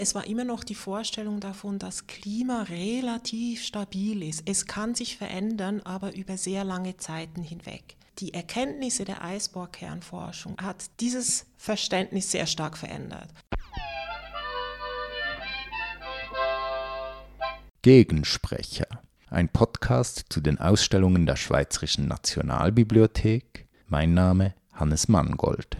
Es war immer noch die Vorstellung davon, dass Klima relativ stabil ist. Es kann sich verändern, aber über sehr lange Zeiten hinweg. Die Erkenntnisse der Eisbohrkernforschung hat dieses Verständnis sehr stark verändert. Gegensprecher, ein Podcast zu den Ausstellungen der Schweizerischen Nationalbibliothek. Mein Name Hannes Mangold.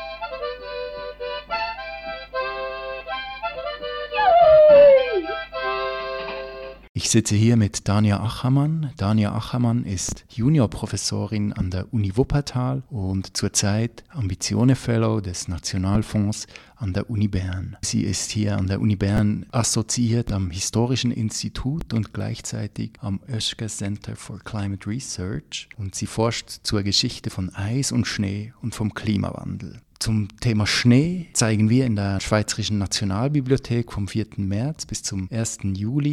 Ich sitze hier mit Dania Achamann. Dania Achamann ist Juniorprofessorin an der Uni Wuppertal und zurzeit Ambitione Fellow des Nationalfonds an der Uni Bern. Sie ist hier an der Uni Bern assoziiert am Historischen Institut und gleichzeitig am Oeschger Center for Climate Research und sie forscht zur Geschichte von Eis und Schnee und vom Klimawandel. Zum Thema Schnee zeigen wir in der Schweizerischen Nationalbibliothek vom 4. März bis zum 1. Juli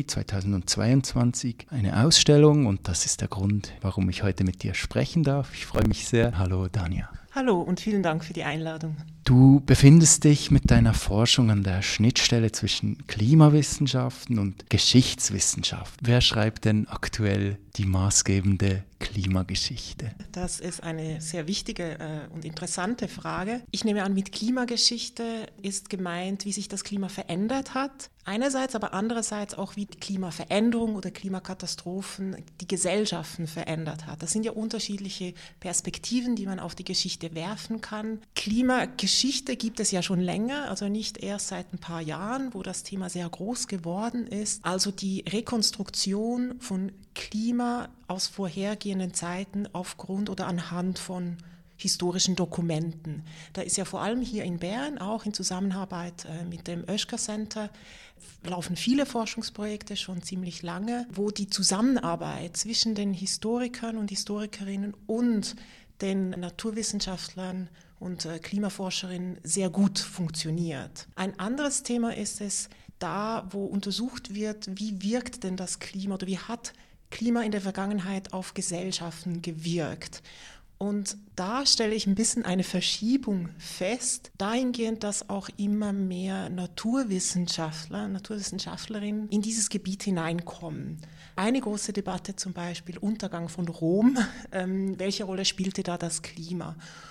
2022 eine Ausstellung und das ist der Grund, warum ich heute mit dir sprechen darf. Ich freue mich sehr. Hallo Dania. Hallo und vielen Dank für die Einladung. Du befindest dich mit deiner Forschung an der Schnittstelle zwischen Klimawissenschaften und Geschichtswissenschaft. Wer schreibt denn aktuell die maßgebende Klimageschichte? Das ist eine sehr wichtige und interessante Frage. Ich nehme an, mit Klimageschichte ist gemeint, wie sich das Klima verändert hat. Einerseits, aber andererseits auch, wie die Klimaveränderung oder Klimakatastrophen die Gesellschaften verändert hat. Das sind ja unterschiedliche Perspektiven, die man auf die Geschichte werfen kann. Klimageschichte gibt es ja schon länger, also nicht erst seit ein paar Jahren, wo das Thema sehr groß geworden ist. Also die Rekonstruktion von Klima aus vorhergehenden Zeiten aufgrund oder anhand von historischen Dokumenten. Da ist ja vor allem hier in Bern, auch in Zusammenarbeit mit dem Oeschger Center, laufen viele Forschungsprojekte schon ziemlich lange, wo die Zusammenarbeit zwischen den Historikern und Historikerinnen und den Naturwissenschaftlern und Klimaforscherinnen sehr gut funktioniert. Ein anderes Thema ist es, da wo untersucht wird, wie wirkt denn das Klima oder wie hat Klima in der Vergangenheit auf Gesellschaften gewirkt. Und da stelle ich ein bisschen eine Verschiebung fest, dahingehend, dass auch immer mehr Naturwissenschaftler, Naturwissenschaftlerinnen in dieses Gebiet hineinkommen. Eine große Debatte zum Beispiel, Untergang von Rom, welche Rolle spielte da das Klima?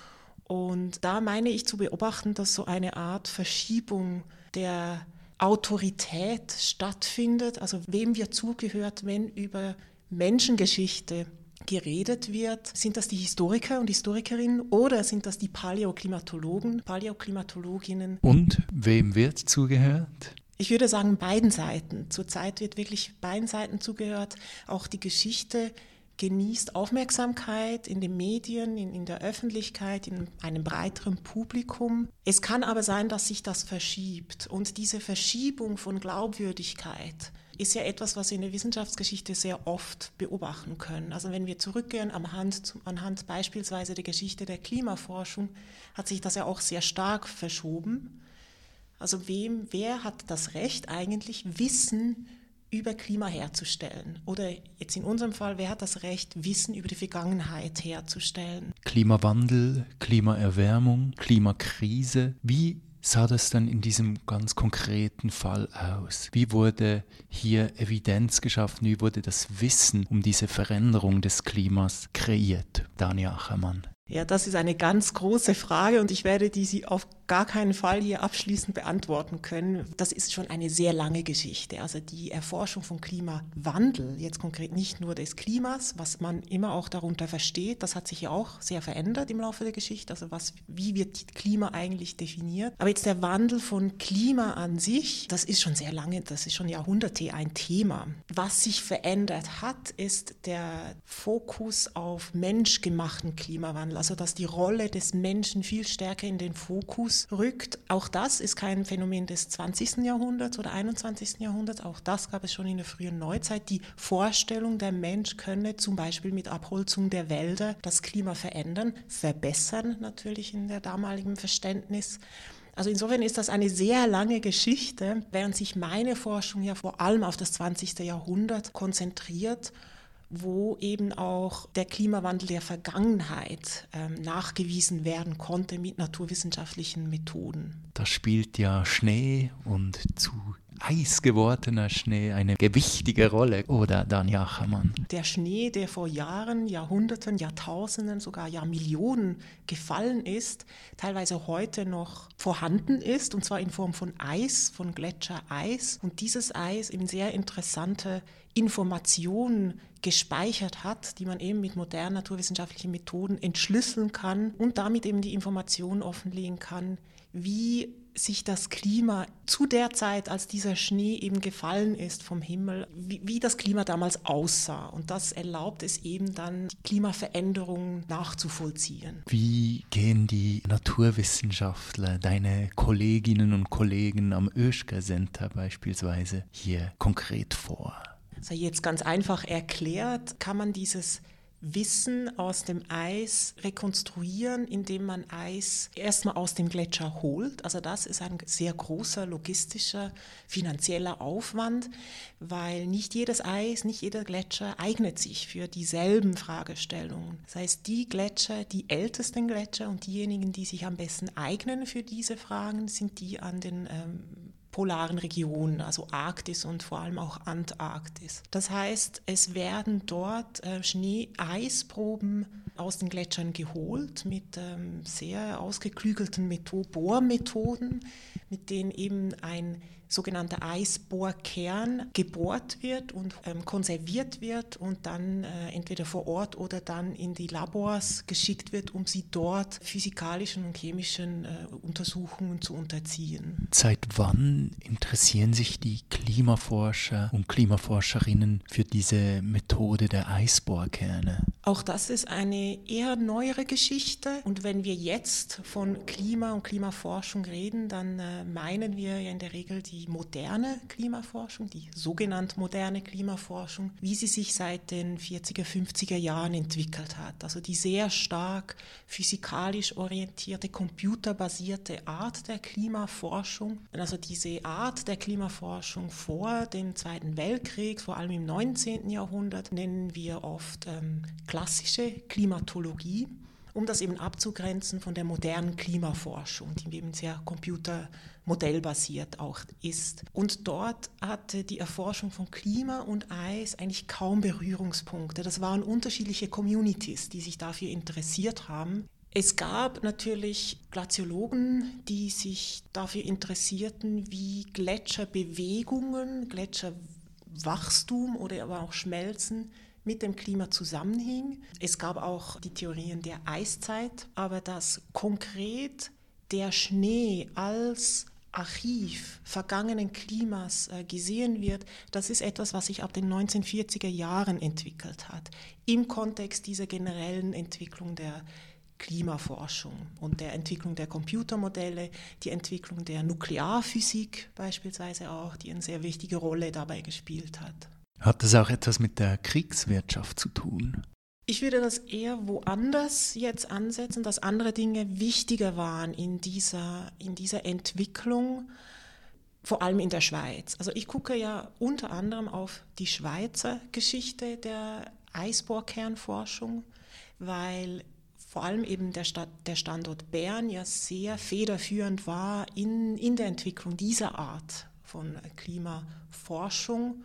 Und da meine ich zu beobachten, dass so eine Art Verschiebung der Autorität stattfindet, also wem wird zugehört, wenn über Menschengeschichte geredet wird. Sind das die Historiker und Historikerinnen oder sind das die Paläoklimatologen, Paläoklimatologinnen? Und wem wird zugehört? Ich würde sagen, beiden Seiten. Zurzeit wird wirklich beiden Seiten zugehört. Auch die Geschichte genießt Aufmerksamkeit in den Medien, in der Öffentlichkeit, in einem breiteren Publikum. Es kann aber sein, dass sich das verschiebt. Und diese Verschiebung von Glaubwürdigkeit ist ja etwas, was wir in der Wissenschaftsgeschichte sehr oft beobachten können. Also wenn wir zurückgehen anhand beispielsweise der Geschichte der Klimaforschung, hat sich das ja auch sehr stark verschoben. Also wer hat das Recht eigentlich, Wissen über Klima herzustellen? Oder jetzt in unserem Fall, wer hat das Recht, Wissen über die Vergangenheit herzustellen? Klimawandel, Klimaerwärmung, Klimakrise. Wie sah das dann in diesem ganz konkreten Fall aus? Wie wurde hier Evidenz geschaffen? Wie wurde das Wissen um diese Veränderung des Klimas kreiert? Dania Achamann. Ja, das ist eine ganz große Frage und ich werde Sie auf gar keinen Fall hier abschließend beantworten können. Das ist schon eine sehr lange Geschichte. Also die Erforschung von Klimawandel, jetzt konkret nicht nur des Klimas, was man immer auch darunter versteht, das hat sich ja auch sehr verändert im Laufe der Geschichte. Also wie wird Klima eigentlich definiert? Aber jetzt der Wandel von Klima an sich, das ist schon sehr lange, das ist schon Jahrhunderte ein Thema. Was sich verändert hat, ist der Fokus auf menschgemachten Klimawandel. Also dass die Rolle des Menschen viel stärker in den Fokus rückt. Auch das ist kein Phänomen des 20. Jahrhunderts oder 21. Jahrhunderts. Auch das gab es schon in der frühen Neuzeit. Die Vorstellung, der Mensch könne zum Beispiel mit Abholzung der Wälder das Klima verändern, verbessern natürlich in der damaligen Verständnis. Also insofern ist das eine sehr lange Geschichte, während sich meine Forschung ja vor allem auf das 20. Jahrhundert konzentriert, wo eben auch der Klimawandel der Vergangenheit nachgewiesen werden konnte mit naturwissenschaftlichen Methoden. Da spielt ja Schnee und zu Eis gewordener Schnee eine gewichtige Rolle, oder Dania Achaman? Der Schnee, der vor Jahren, Jahrhunderten, Jahrtausenden, sogar Jahrmillionen gefallen ist, teilweise heute noch vorhanden ist, und zwar in Form von Eis, von Gletschereis. Und dieses Eis eben sehr interessante Informationen gespeichert hat, die man eben mit modernen naturwissenschaftlichen Methoden entschlüsseln kann und damit eben die Informationen offenlegen kann, wie sich das Klima zu der Zeit, als dieser Schnee eben gefallen ist vom Himmel, wie das Klima damals aussah. Und das erlaubt es eben dann, Klimaveränderungen nachzuvollziehen. Wie gehen die Naturwissenschaftler, deine Kolleginnen und Kollegen am Oeschger Center beispielsweise hier konkret vor? Also jetzt ganz einfach erklärt, kann man dieses Wissen aus dem Eis rekonstruieren, indem man Eis erstmal aus dem Gletscher holt. Also das ist ein sehr großer logistischer, finanzieller Aufwand, weil nicht jedes Eis, nicht jeder Gletscher eignet sich für dieselben Fragestellungen. Das heißt, die Gletscher, die ältesten Gletscher und diejenigen, die sich am besten eignen für diese Fragen, sind die an den polaren Regionen, also Arktis und vor allem auch Antarktis. Das heißt, es werden dort Schnee-Eisproben aus den Gletschern geholt mit sehr ausgeklügelten Bohrmethoden, mit denen eben ein sogenannter Eisbohrkern gebohrt wird und konserviert wird und dann entweder vor Ort oder dann in die Labors geschickt wird, um sie dort physikalischen und chemischen Untersuchungen zu unterziehen. Seit wann interessieren sich die Klimaforscher und Klimaforscherinnen für diese Methode der Eisbohrkerne? Auch das ist eine eher neuere Geschichte. Und wenn wir jetzt von Klima und Klimaforschung reden, dann meinen wir ja in der Regel die moderne Klimaforschung, die sogenannte moderne Klimaforschung, wie sie sich seit den 40er, 50er Jahren entwickelt hat. Also die sehr stark physikalisch orientierte, computerbasierte Art der Klimaforschung. Also diese Art der Klimaforschung vor dem Zweiten Weltkrieg, vor allem im 19. Jahrhundert, nennen wir oft klassische Klimatologie, um das eben abzugrenzen von der modernen Klimaforschung, die eben sehr computermodellbasiert auch ist. Und dort hatte die Erforschung von Klima und Eis eigentlich kaum Berührungspunkte. Das waren unterschiedliche Communities, die sich dafür interessiert haben. Es gab natürlich Glaziologen, die sich dafür interessierten, wie Gletscherbewegungen, Gletscherwachstum oder aber auch Schmelzen mit dem Klima zusammenhing. Es gab auch die Theorien der Eiszeit, aber dass konkret der Schnee als Archiv vergangenen Klimas gesehen wird, das ist etwas, was sich ab den 1940er Jahren entwickelt hat, im Kontext dieser generellen Entwicklung der Klimaforschung und der Entwicklung der Computermodelle, die Entwicklung der Nuklearphysik beispielsweise auch, die eine sehr wichtige Rolle dabei gespielt hat. Hat das auch etwas mit der Kriegswirtschaft zu tun? Ich würde das eher woanders jetzt ansetzen, dass andere Dinge wichtiger waren in dieser Entwicklung, vor allem in der Schweiz. Also ich gucke ja unter anderem auf die Schweizer Geschichte der Eisbohrkernforschung, weil vor allem eben der Standort Bern ja sehr federführend war in der Entwicklung dieser Art von Klimaforschung.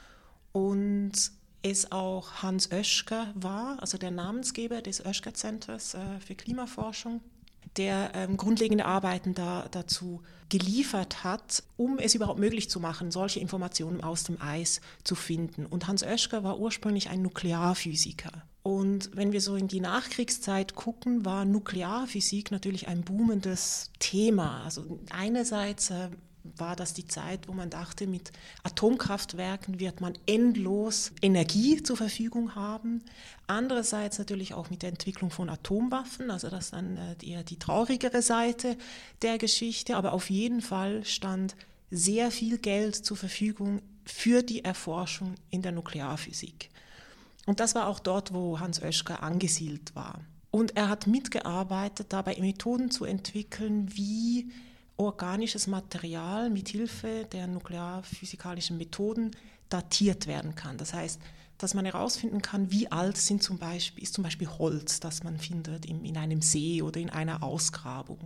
Und es auch Hans Oeschger war, also der Namensgeber des Oeschger Centers für Klimaforschung, der grundlegende Arbeiten dazu geliefert hat, um es überhaupt möglich zu machen, solche Informationen aus dem Eis zu finden. Und Hans Oeschger war ursprünglich ein Nuklearphysiker. Und wenn wir so in die Nachkriegszeit gucken, war Nuklearphysik natürlich ein boomendes Thema. Also einerseits war das die Zeit, wo man dachte, mit Atomkraftwerken wird man endlos Energie zur Verfügung haben. Andererseits natürlich auch mit der Entwicklung von Atomwaffen, also das ist dann eher die traurigere Seite der Geschichte. Aber auf jeden Fall stand sehr viel Geld zur Verfügung für die Erforschung in der Nuklearphysik. Und das war auch dort, wo Hans Oeschger angesiedelt war. Und er hat mitgearbeitet, dabei Methoden zu entwickeln, wie organisches Material mit Hilfe der nuklearphysikalischen Methoden datiert werden kann. Das heißt, dass man herausfinden kann, wie alt ist zum Beispiel Holz, das man findet in einem See oder in einer Ausgrabung.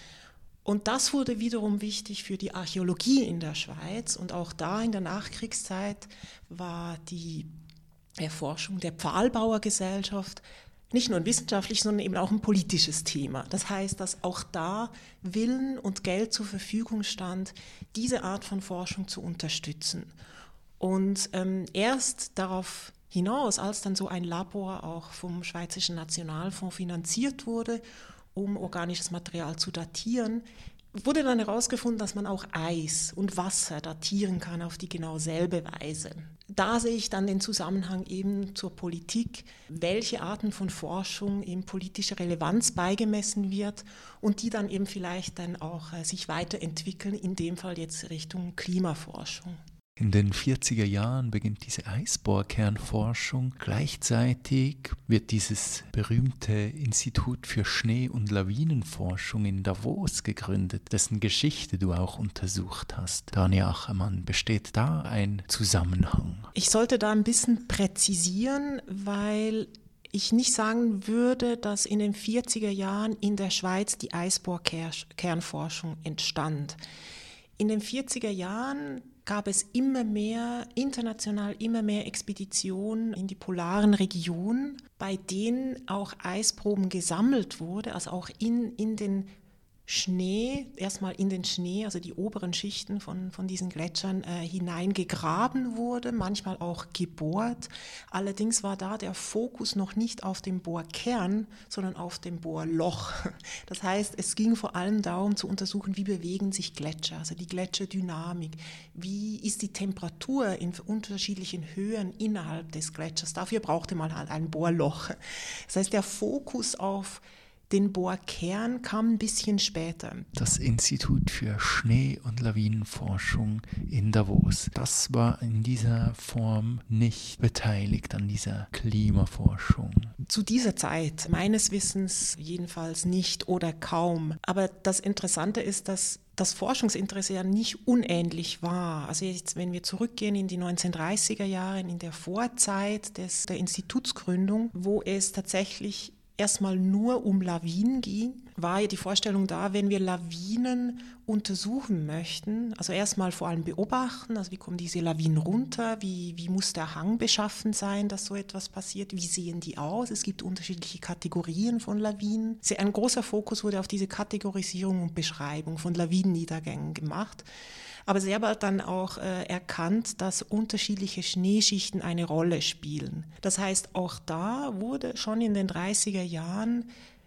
Und das wurde wiederum wichtig für die Archäologie in der Schweiz. Und auch da in der Nachkriegszeit war die Erforschung der Pfahlbauergesellschaft nicht nur ein wissenschaftliches, sondern eben auch ein politisches Thema. Das heißt, dass auch da Willen und Geld zur Verfügung stand, diese Art von Forschung zu unterstützen. Und erst darauf hinaus, als dann so ein Labor auch vom Schweizerischen Nationalfonds finanziert wurde, um organisches Material zu datieren, wurde dann herausgefunden, dass man auch Eis und Wasser datieren kann auf die genau selbe Weise. Da sehe ich dann den Zusammenhang eben zur Politik, welche Arten von Forschung eben politischer Relevanz beigemessen wird und die dann eben vielleicht dann auch sich weiterentwickeln, in dem Fall jetzt Richtung Klimaforschung. In den 40er Jahren beginnt diese Eisbohrkernforschung. Gleichzeitig wird dieses berühmte Institut für Schnee- und Lawinenforschung in Davos gegründet, dessen Geschichte du auch untersucht hast. Tanja Achamann, besteht da ein Zusammenhang? Ich sollte da ein bisschen präzisieren, weil ich nicht sagen würde, dass in den 40er Jahren in der Schweiz die Eisbohrkernforschung entstand. In den 40er Jahren gab es international immer mehr Expeditionen in die polaren Regionen, bei denen auch Eisproben gesammelt wurde, also auch in den Schnee, erstmal in den Schnee, also die oberen Schichten von diesen Gletschern hineingegraben wurde, manchmal auch gebohrt. Allerdings war da der Fokus noch nicht auf dem Bohrkern, sondern auf dem Bohrloch. Das heißt, es ging vor allem darum zu untersuchen, wie bewegen sich Gletscher, also die Gletscherdynamik, wie ist die Temperatur in unterschiedlichen Höhen innerhalb des Gletschers. Dafür brauchte man halt ein Bohrloch. Das heißt, der Fokus auf den Bohrkern kam ein bisschen später. Das Institut für Schnee- und Lawinenforschung in Davos, das war in dieser Form nicht beteiligt an dieser Klimaforschung. Zu dieser Zeit, meines Wissens jedenfalls nicht oder kaum. Aber das Interessante ist, dass das Forschungsinteresse ja nicht unähnlich war. Also jetzt, wenn wir zurückgehen in die 1930er Jahre, in der Vorzeit der Institutsgründung, wo es tatsächlich erstmal nur um Lawinen ging, war ja die Vorstellung da, wenn wir Lawinen untersuchen möchten, also erstmal vor allem beobachten, also wie kommen diese Lawinen runter, wie muss der Hang beschaffen sein, dass so etwas passiert, wie sehen die aus, es gibt unterschiedliche Kategorien von Lawinen. Ein großer Fokus wurde auf diese Kategorisierung und Beschreibung von Lawinenniedergängen gemacht. Aber sehr bald dann auch erkannt, dass unterschiedliche Schneeschichten eine Rolle spielen. Das heißt, auch da wurde schon in den 30er Jahren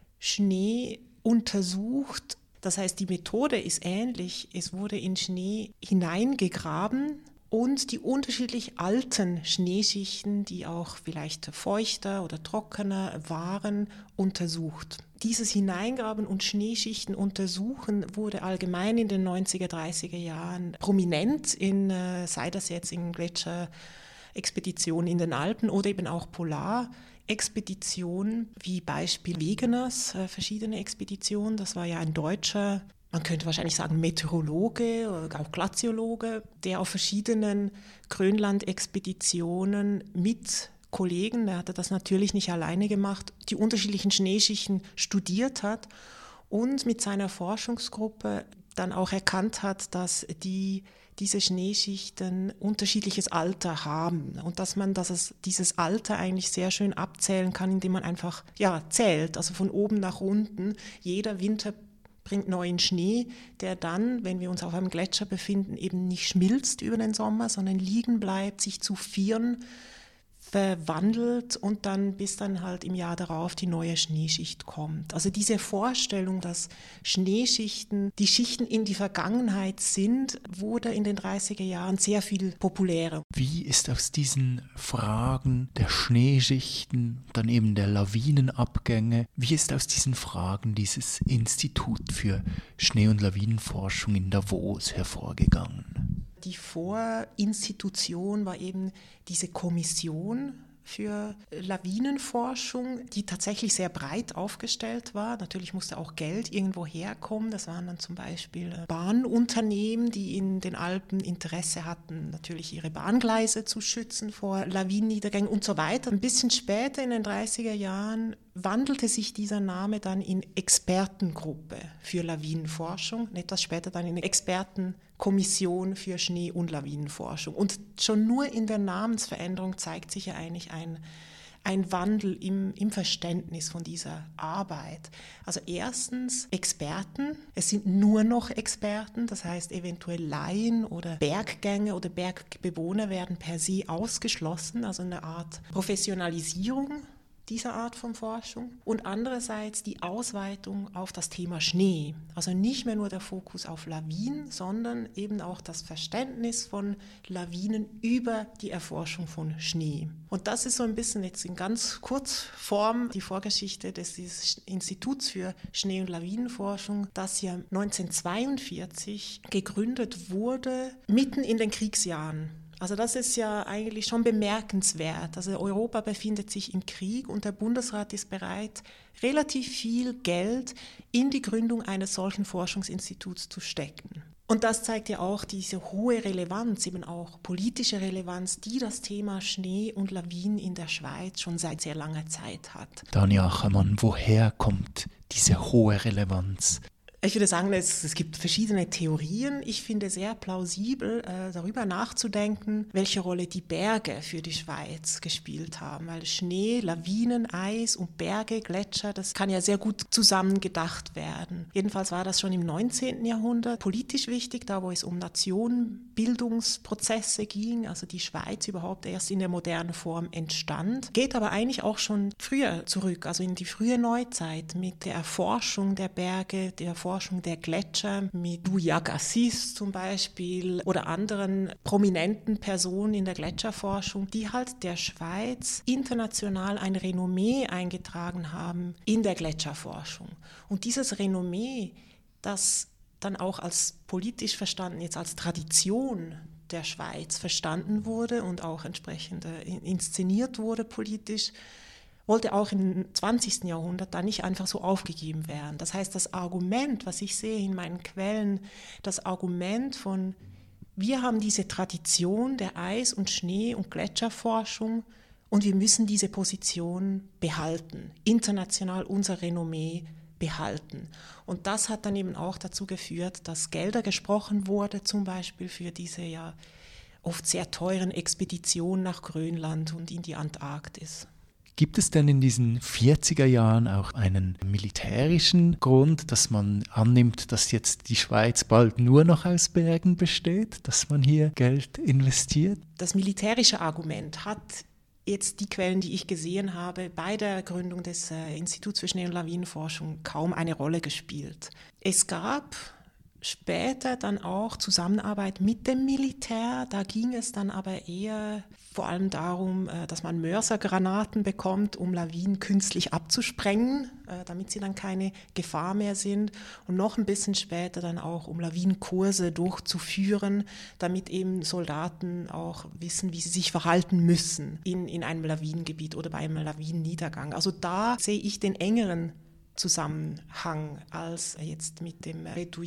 Schnee untersucht. Das heißt, die Methode ist ähnlich. Es wurde in Schnee hineingegraben und die unterschiedlich alten Schneeschichten, die auch vielleicht feuchter oder trockener waren, untersucht. Dieses Hineingraben und Schneeschichten untersuchen wurde allgemein in den 90er, 30er Jahren prominent, sei das jetzt in Gletscherexpeditionen in den Alpen oder eben auch Polarexpeditionen, wie Beispiel Wegeners verschiedene Expeditionen. Das war ja ein deutscher, man könnte wahrscheinlich sagen Meteorologe oder auch Glaziologe, der auf verschiedenen Grönland-Expeditionen mit Kollegen, der hatte das natürlich nicht alleine gemacht, die unterschiedlichen Schneeschichten studiert hat und mit seiner Forschungsgruppe dann auch erkannt hat, dass diese Schneeschichten unterschiedliches Alter haben und dass es dieses Alter eigentlich sehr schön abzählen kann, indem man einfach zählt, also von oben nach unten. Jeder Winter bringt neuen Schnee, der dann, wenn wir uns auf einem Gletscher befinden, eben nicht schmilzt über den Sommer, sondern liegen bleibt, sich zu Vieren verwandelt und dann bis dann halt im Jahr darauf die neue Schneeschicht kommt. Also diese Vorstellung, dass Schneeschichten die Schichten in die Vergangenheit sind, wurde in den 30er Jahren sehr viel populärer. Wie ist aus diesen Fragen der Schneeschichten, dann eben der Lawinenabgänge, wie ist aus diesen Fragen dieses Institut für Schnee- und Lawinenforschung in Davos hervorgegangen? Die Vorinstitution war eben diese Kommission für Lawinenforschung, die tatsächlich sehr breit aufgestellt war. Natürlich musste auch Geld irgendwo herkommen. Das waren dann zum Beispiel Bahnunternehmen, die in den Alpen Interesse hatten, natürlich ihre Bahngleise zu schützen vor Lawinenniedergängen und so weiter. Ein bisschen später in den 30er Jahren wandelte sich dieser Name dann in Expertengruppe für Lawinenforschung und etwas später dann in Expertenkommission für Schnee- und Lawinenforschung. Und schon nur in der Namensveränderung zeigt sich ja eigentlich ein Wandel im Verständnis von dieser Arbeit. Also erstens Experten, es sind nur noch Experten, das heißt eventuell Laien oder Berggänger oder Bergbewohner werden per se ausgeschlossen, also eine Art Professionalisierung dieser Art von Forschung und andererseits die Ausweitung auf das Thema Schnee. Also nicht mehr nur der Fokus auf Lawinen, sondern eben auch das Verständnis von Lawinen über die Erforschung von Schnee. Und das ist so ein bisschen jetzt in ganz Kurzform die Vorgeschichte dieses Instituts für Schnee- und Lawinenforschung, das ja 1942 gegründet wurde, mitten in den Kriegsjahren. Also das ist ja eigentlich schon bemerkenswert. Also Europa befindet sich im Krieg und der Bundesrat ist bereit, relativ viel Geld in die Gründung eines solchen Forschungsinstituts zu stecken. Und das zeigt ja auch diese hohe Relevanz, eben auch politische Relevanz, die das Thema Schnee und Lawinen in der Schweiz schon seit sehr langer Zeit hat. Tanja Achamann, woher kommt diese hohe Relevanz? Ich würde sagen, es gibt verschiedene Theorien. Ich finde sehr plausibel, darüber nachzudenken, welche Rolle die Berge für die Schweiz gespielt haben. Weil Schnee, Lawinen, Eis und Berge, Gletscher, das kann ja sehr gut zusammen gedacht werden. Jedenfalls war das schon im 19. Jahrhundert politisch wichtig, da wo es um Nationenbildungsprozesse ging, also die Schweiz überhaupt erst in der modernen Form entstand. Geht aber eigentlich auch schon früher zurück, also in die frühe Neuzeit mit der Erforschung der Berge, der Erforschung der Gletscher mit Louis Agassiz zum Beispiel oder anderen prominenten Personen in der Gletscherforschung, die halt der Schweiz international ein Renommee eingetragen haben in der Gletscherforschung. Und dieses Renommee, das dann auch als politisch verstanden, jetzt als Tradition der Schweiz verstanden wurde und auch entsprechend inszeniert wurde politisch, wollte auch im 20. Jahrhundert da nicht einfach so aufgegeben werden. Das heißt, das Argument, was ich sehe in meinen Quellen, das Argument von, wir haben diese Tradition der Eis- und Schnee- und Gletscherforschung und wir müssen diese Position behalten, international unser Renommee behalten. Und das hat dann eben auch dazu geführt, dass Gelder gesprochen wurde, zum Beispiel für diese ja oft sehr teuren Expeditionen nach Grönland und in die Antarktis. Gibt es denn in diesen 40er Jahren auch einen militärischen Grund, dass man annimmt, dass jetzt die Schweiz bald nur noch aus Bergen besteht, dass man hier Geld investiert? Das militärische Argument hat jetzt die Quellen, die ich gesehen habe, bei der Gründung des Instituts für Schnee- und Lawinenforschung kaum eine Rolle gespielt. Es gab später dann auch Zusammenarbeit mit dem Militär. Da ging es dann aber eher vor allem darum, dass man Mörsergranaten bekommt, um Lawinen künstlich abzusprengen, damit sie dann keine Gefahr mehr sind. Und noch ein bisschen später dann auch, um Lawinenkurse durchzuführen, damit eben Soldaten auch wissen, wie sie sich verhalten müssen in einem Lawinengebiet oder bei einem Lawinenniedergang. Also da sehe ich den engeren Zusammenhang als jetzt mit dem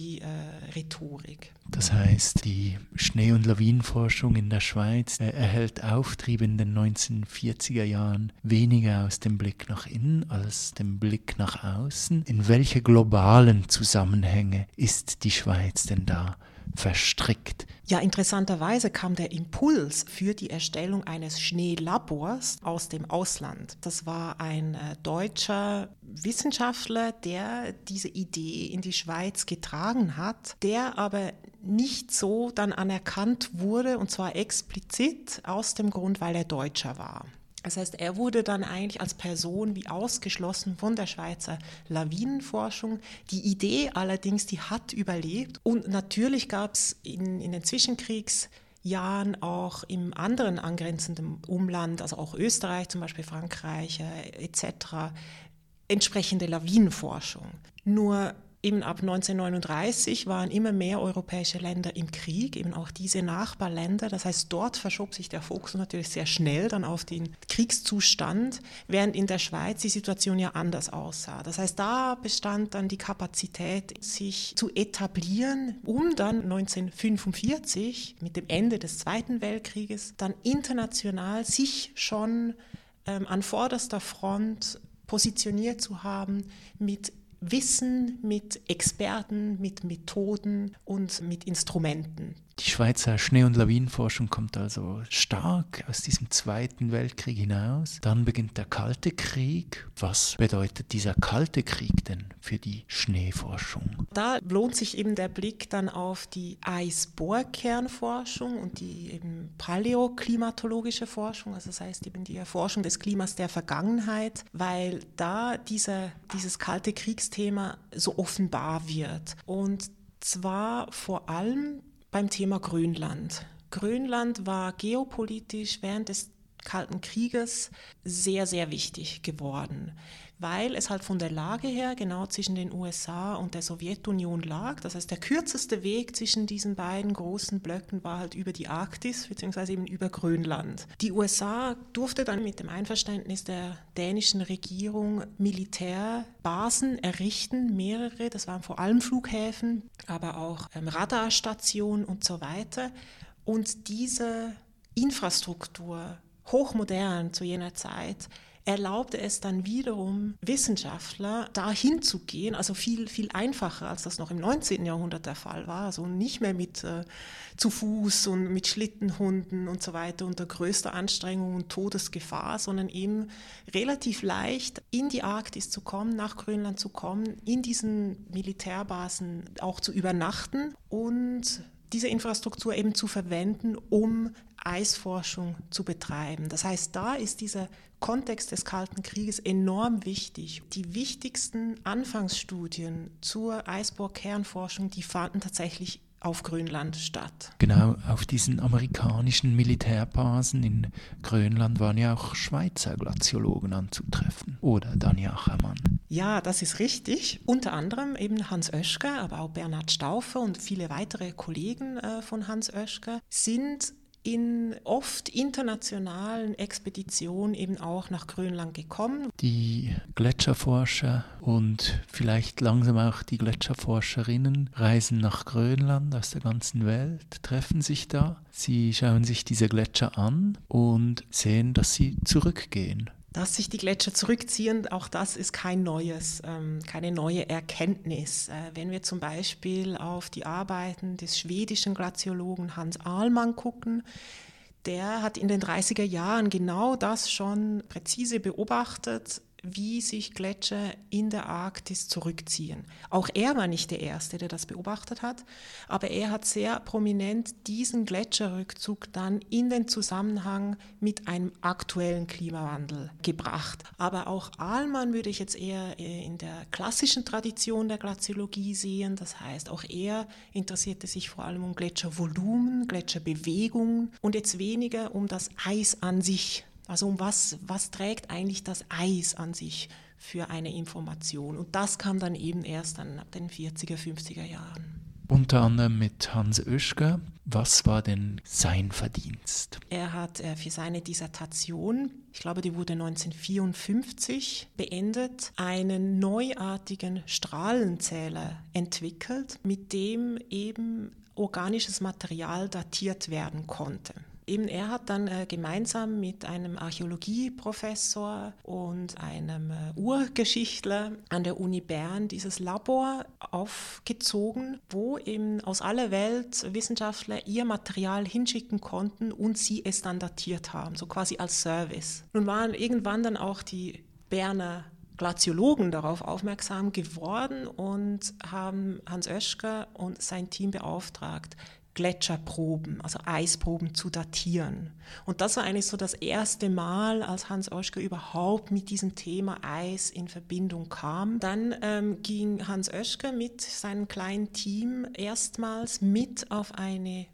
Redui-Rhetorik. Das heißt, die Schnee- und Lawinenforschung in der Schweiz erhält Auftrieb in den 1940er Jahren weniger aus dem Blick nach innen als dem Blick nach außen. In welche globalen Zusammenhänge ist die Schweiz denn da verstrickt? Ja, interessanterweise kam der Impuls für die Erstellung eines Schneelabors aus dem Ausland. Das war ein deutscher Wissenschaftler, der diese Idee in die Schweiz getragen hat, der aber nicht so dann anerkannt wurde, und zwar explizit aus dem Grund, weil er Deutscher war. Das heißt, er wurde dann eigentlich als Person wie ausgeschlossen von der Schweizer Lawinenforschung. Die Idee allerdings, die hat überlebt. Und natürlich gab es in den Zwischenkriegsjahren auch im anderen angrenzenden Umland, also auch Österreich, zum Beispiel Frankreich etc., entsprechende Lawinenforschung. Nur Eben ab 1939 waren immer mehr europäische Länder im Krieg, eben auch diese Nachbarländer. Das heißt, dort verschob sich der Fokus natürlich sehr schnell dann auf den Kriegszustand, während in der Schweiz die Situation ja anders aussah. Das heißt, da bestand dann die Kapazität, sich zu etablieren, um dann 1945 mit dem Ende des Zweiten Weltkrieges dann international sich schon an vorderster Front positioniert zu haben mit Wissen, mit Experten, mit Methoden und mit Instrumenten. Die Schweizer Schnee- und Lawinenforschung kommt also stark aus diesem Zweiten Weltkrieg hinaus. Dann beginnt der Kalte Krieg. Was bedeutet dieser Kalte Krieg denn für die Schneeforschung? Da lohnt sich eben der Blick dann auf die Eisbohrkernforschung und die eben paläoklimatologische Forschung, also das heißt eben die Erforschung des Klimas der Vergangenheit, weil da dieses Kalte Kriegsthema so offenbar wird. Und zwar vor allem beim Thema Grönland. Grönland war geopolitisch während des Kalten Krieges sehr, sehr wichtig geworden, weil es halt von der Lage her genau zwischen den USA und der Sowjetunion lag. Das heißt, der kürzeste Weg zwischen diesen beiden großen Blöcken war halt über die Arktis, beziehungsweise eben über Grönland. Die USA durfte dann mit dem Einverständnis der dänischen Regierung Militärbasen errichten, mehrere, das waren vor allem Flughäfen, aber auch Radarstationen und so weiter. Und diese Infrastruktur, hochmodern zu jener Zeit, erlaubte es dann wiederum Wissenschaftler dahin zu gehen, also viel, viel einfacher, als das noch im 19. Jahrhundert der Fall war, also nicht mehr mit zu Fuß und mit Schlittenhunden und so weiter unter größter Anstrengung und Todesgefahr, sondern eben relativ leicht in die Arktis zu kommen, nach Grönland zu kommen, in diesen Militärbasen auch zu übernachten und diese Infrastruktur eben zu verwenden, um Eisforschung zu betreiben. Das heißt, da ist dieser Kontext des Kalten Krieges enorm wichtig. Die wichtigsten Anfangsstudien zur Eisbohrkernforschung, die fanden tatsächlich auf Grönland statt. Genau, auf diesen amerikanischen Militärbasen in Grönland waren ja auch Schweizer Glaziologen anzutreffen. Oder Tanja Achamann? Ja, das ist richtig. Unter anderem eben Hans Oeschger, aber auch Bernhard Stauffer und viele weitere Kollegen von Hans Oeschger sind in oft internationalen Expeditionen eben auch nach Grönland gekommen. Die Gletscherforscher und vielleicht langsam auch die Gletscherforscherinnen reisen nach Grönland aus der ganzen Welt, treffen sich da. Sie schauen sich diese Gletscher an und sehen, dass sie zurückgehen. Dass sich die Gletscher zurückziehen, auch das ist keine neue Erkenntnis. Wenn wir zum Beispiel auf die Arbeiten des schwedischen Glaziologen Hans Ahlmann gucken, der hat in den 30er Jahren genau das schon präzise beobachtet, wie sich Gletscher in der Arktis zurückziehen. Auch er war nicht der Erste, der das beobachtet hat, aber er hat sehr prominent diesen Gletscherrückzug dann in den Zusammenhang mit einem aktuellen Klimawandel gebracht. Aber auch Ahlmann würde ich jetzt eher in der klassischen Tradition der Glaziologie sehen. Das heißt, auch er interessierte sich vor allem um Gletschervolumen, Gletscherbewegung und jetzt weniger um das Eis an sich. Also um was trägt eigentlich das Eis an sich für eine Information? Und das kam dann eben erst dann ab den 40er, 50er Jahren. Unter anderem mit Hans Oeschger. Was war denn sein Verdienst? Er hat für seine Dissertation, ich glaube, die wurde 1954 beendet, einen neuartigen Strahlenzähler entwickelt, mit dem eben organisches Material datiert werden konnte. Eben er hat dann gemeinsam mit einem Archäologieprofessor und einem Urgeschichtler an der Uni Bern dieses Labor aufgezogen, wo eben aus aller Welt Wissenschaftler ihr Material hinschicken konnten und sie es dann datiert haben, so quasi als Service. Nun waren irgendwann dann auch die Berner Glaziologen darauf aufmerksam geworden und haben Hans Oeschger und sein Team beauftragt, Gletscherproben, also Eisproben zu datieren. Und das war eigentlich so das erste Mal, als Hans Oeschger überhaupt mit diesem Thema Eis in Verbindung kam. Dann ging Hans Oeschger mit seinem kleinen Team erstmals mit auf eine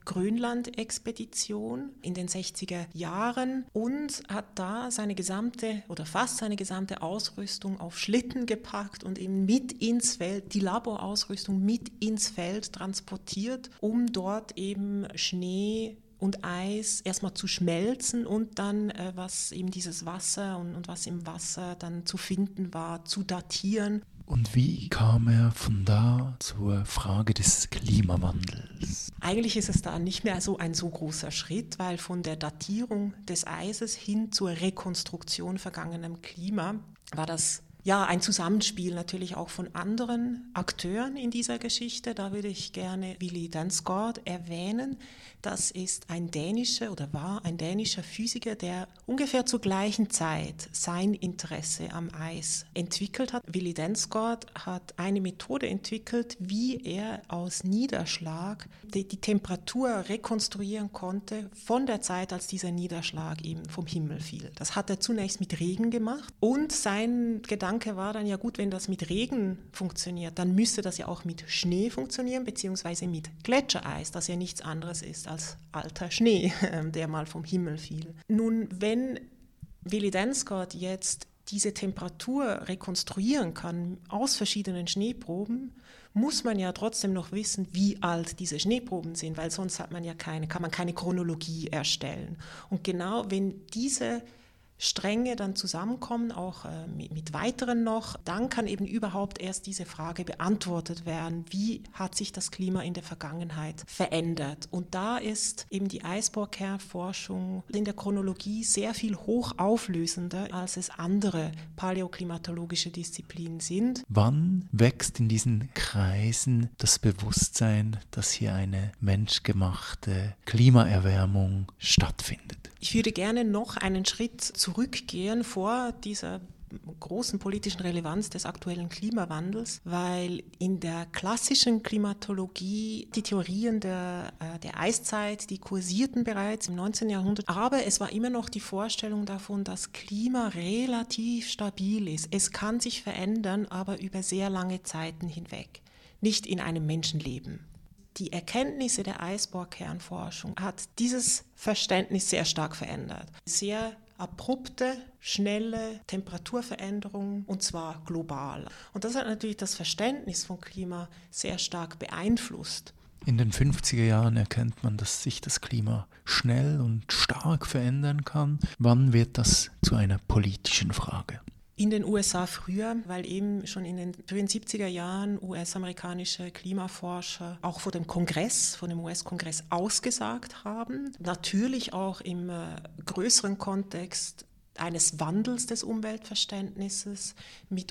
Grönland-Expedition in den 60er Jahren und hat da seine gesamte oder fast seine gesamte Ausrüstung auf Schlitten gepackt und eben mit ins Feld, die Laborausrüstung mit ins Feld transportiert, um dort eben Schnee und Eis erstmal zu schmelzen und dann, was eben dieses Wasser und was im Wasser dann zu finden war, zu datieren. Und wie kam er von da zur Frage des Klimawandels? Eigentlich ist es da nicht mehr so ein so großer Schritt, weil von der Datierung des Eises hin zur Rekonstruktion vergangenem Klima war das ja ein Zusammenspiel natürlich auch von anderen Akteuren in dieser Geschichte. Da würde ich gerne Willy Dansgaard erwähnen. Das ist ein dänischer oder war ein dänischer Physiker, der ungefähr zur gleichen Zeit sein Interesse am Eis entwickelt hat. Willy Dansgaard hat eine Methode entwickelt, wie er aus Niederschlag die Temperatur rekonstruieren konnte von der Zeit, als dieser Niederschlag eben vom Himmel fiel. Das hat er zunächst mit Regen gemacht und sein Gedanke war dann, ja gut, wenn das mit Regen funktioniert, dann müsste das ja auch mit Schnee funktionieren, beziehungsweise mit Gletschereis, das ja nichts anderes ist als alter Schnee, der mal vom Himmel fiel. Nun, wenn Willy Dansgaard jetzt diese Temperatur rekonstruieren kann aus verschiedenen Schneeproben, muss man ja trotzdem noch wissen, wie alt diese Schneeproben sind, weil sonst kann man keine Chronologie erstellen. Und genau wenn diese Stränge dann zusammenkommen, auch mit weiteren noch, dann kann eben überhaupt erst diese Frage beantwortet werden, wie hat sich das Klima in der Vergangenheit verändert. Und da ist eben die Eisbohrkernforschung in der Chronologie sehr viel hochauflösender, als es andere paläoklimatologische Disziplinen sind. Wann wächst in diesen Kreisen das Bewusstsein, dass hier eine menschgemachte Klimaerwärmung stattfindet? Ich würde gerne noch einen Schritt zurückgehen vor dieser großen politischen Relevanz des aktuellen Klimawandels, weil in der klassischen Klimatologie die Theorien der Eiszeit, die kursierten bereits im 19. Jahrhundert, aber es war immer noch die Vorstellung davon, dass Klima relativ stabil ist. Es kann sich verändern, aber über sehr lange Zeiten hinweg, nicht in einem Menschenleben. Die Erkenntnisse der Eisbohrkernforschung hat dieses Verständnis sehr stark verändert. Sehr abrupte, schnelle Temperaturveränderungen und zwar global. Und das hat natürlich das Verständnis von Klima sehr stark beeinflusst. In den 50er Jahren erkennt man, dass sich das Klima schnell und stark verändern kann. Wann wird das zu einer politischen Frage? In den USA früher, weil eben schon in den frühen 70er Jahren US-amerikanische Klimaforscher auch vor dem US-Kongress ausgesagt haben. Natürlich auch im größeren Kontext eines Wandels des Umweltverständnisses mit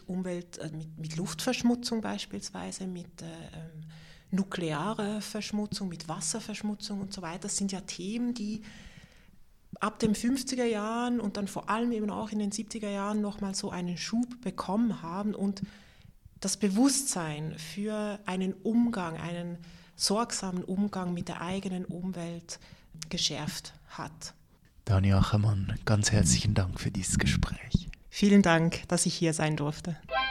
Luftverschmutzung beispielsweise, mit nuklearer Verschmutzung, mit Wasserverschmutzung und so weiter. Das sind ja Themen, die ab den 50er Jahren und dann vor allem eben auch in den 70er Jahren nochmal so einen Schub bekommen haben und das Bewusstsein für einen sorgsamen Umgang mit der eigenen Umwelt geschärft hat. Dania Achamann, ganz herzlichen Dank für dieses Gespräch. Vielen Dank, dass ich hier sein durfte.